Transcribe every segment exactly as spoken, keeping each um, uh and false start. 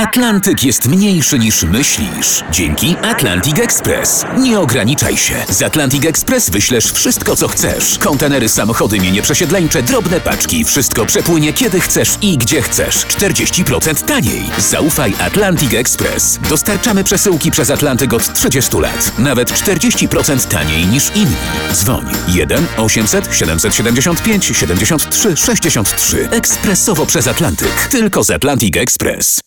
Atlantyk jest mniejszy niż myślisz. Dzięki Atlantic Express. Nie ograniczaj się. Z Atlantic Express wyślesz wszystko, co chcesz. Kontenery, samochody, mienie przesiedleńcze, drobne paczki. Wszystko przepłynie kiedy chcesz i gdzie chcesz. czterdzieści procent taniej. Zaufaj Atlantic Express. Dostarczamy przesyłki przez Atlantyk od trzydziestu lat. Nawet czterdzieści procent taniej niż inni. Dzwoń jeden osiemset siedemset siedemdziesiąt pięć siedemdziesiąt trzy sześćdziesiąt trzy. Ekspresowo przez Atlantyk. Tylko z Atlantic Express.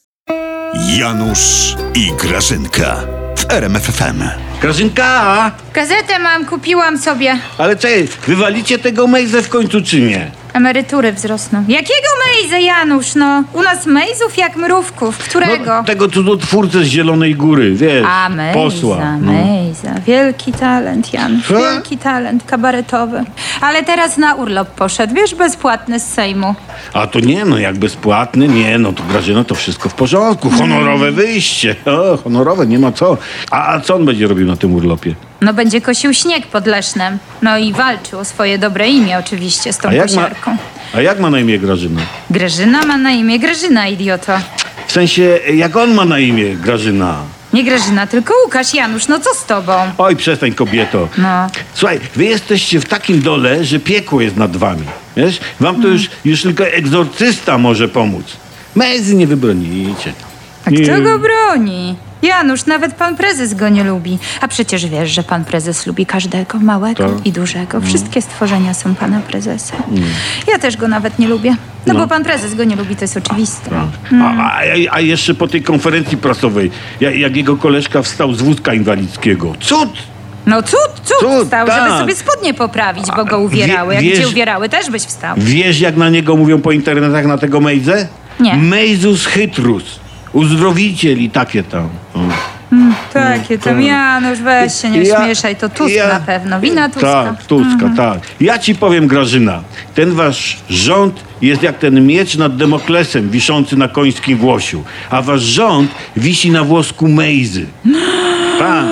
Janusz i Grażynka w R M F F M. Grażynka! Gazetę mam, kupiłam sobie. Ale czekaj, wywalicie tego Mejzę w końcu czy nie? Emerytury wzrosną. Jakiego Mejzę, Janusz, no? U nas Mejzów jak mrówków. Którego? No, tego cudotwórcę z Zielonej Góry, wiesz, A, Mejza, posła. No. Mejza. Wielki talent, Janusz. Co? Wielki talent kabaretowy. Ale teraz na urlop poszedł, wiesz, bezpłatny z Sejmu. A to nie, no jak bezpłatny, nie, no to Grażyno, to wszystko w porządku. Honorowe wyjście. O, honorowe, nie ma co. A, a co on będzie robił na tym urlopie? No będzie kosił śnieg pod Lesznem. No i walczył o swoje dobre imię oczywiście z tą A jak, ma, kosiarką. a jak ma na imię Grażyna? Grażyna ma na imię Grażyna, idioto. W sensie, jak on ma na imię Grażyna? Nie Grażyna, tylko Łukasz, Janusz, no co z tobą? Oj, przestań, kobieto. No. Słuchaj, wy jesteście w takim dole, że piekło jest nad wami. Wiesz? Wam to już, już tylko egzorcysta może pomóc. Mejzy nie wybronicie. A kto go broni? Janusz, nawet pan prezes go nie lubi. A przecież wiesz, że pan prezes lubi każdego, małego To? i dużego. Wszystkie stworzenia są pana prezesa. Ja też go nawet nie lubię. No, No. bo pan prezes go nie lubi, to jest oczywiste. A, a, a jeszcze po tej konferencji prasowej, jak, jak jego koleżka wstał z wózka inwalidzkiego. Cud! No cud, cud, Cud, wstał, tak. żeby sobie spodnie poprawić, bo go uwierały. wie- Jak wiesz- cię uwierały, też byś wstał. Wiesz, jak na niego mówią po internetach na tego Mejzę? Nie. Mejzus chytrus. Uzdrowiciel i takie tam. O. Takie tam, Janusz, weź się nie Ja- śmieszaj, to Tusk ja- na pewno. Wina Tuska. Tak, Tuska, tak. Ja ci powiem, Grażyna, ten wasz rząd jest jak ten miecz nad Demoklesem wiszący na końskim włosiu, a wasz rząd wisi na włosku Mejzy. Tak.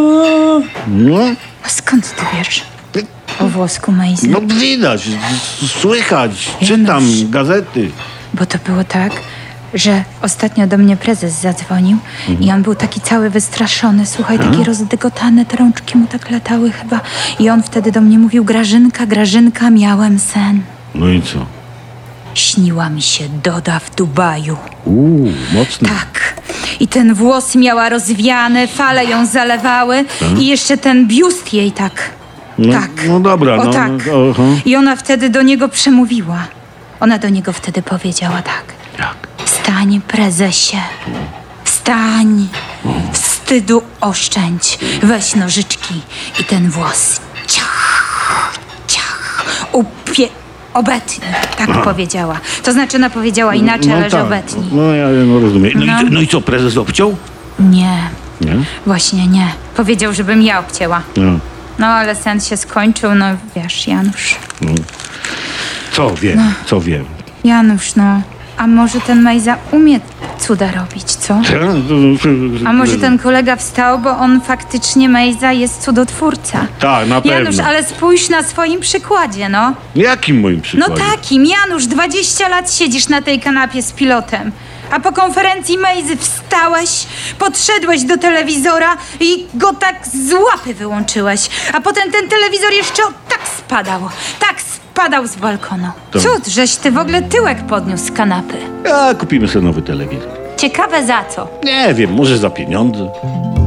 No, A skąd ty wiesz o włosku Mejzy? no widać, s- słychać, czytam gazety. Bo to było tak, że ostatnio do mnie prezes zadzwonił i on był taki cały wystraszony, słuchaj, taki rozdygotany, te rączki mu tak latały chyba. I on wtedy do mnie mówił: Grażynka, Grażynka, miałem sen. No i co? Śniła mi się Doda w Dubaju. Uuu, mocno. Tak. I ten włos miała rozwiany, fale ją zalewały i jeszcze ten biust jej tak. No, tak. no dobra, O no, tak. no, aha. I ona wtedy do niego przemówiła. Ona do niego wtedy powiedziała tak: Jak? wstań, prezesie, wstań, wstydu oszczędź, weź nożyczki i ten włos ciach, ciach, upie... obetnij, tak powiedziała. To znaczy ona powiedziała inaczej, ale że obetnij. No ja no, rozumiem. No, No. I, no i co, prezes obciął? Nie, Nie? właśnie nie. Powiedział, żebym ja obcięła. No. No ale sen się skończył, no wiesz, Janusz. Co wiem, co wiem. Janusz, no, a może ten Mejza umie cuda robić, co? A może ten kolega wstał, bo on faktycznie, Mejza, jest cudotwórca. Tak, na pewno. Janusz, ale spójrz na swoim przykładzie, no. Jakim moim No przykładem? takim, Janusz, dwadzieścia lat siedzisz na tej kanapie z pilotem. A po konferencji Mejzy wstałeś, podszedłeś do telewizora i go tak z łapy wyłączyłeś. A potem ten telewizor jeszcze o, tak spadał, tak spadał z balkonu. To- Cud, żeś ty w ogóle tyłek podniósł z kanapy. A kupimy sobie nowy telewizor. Ciekawe za co. Nie wiem, może za pieniądze.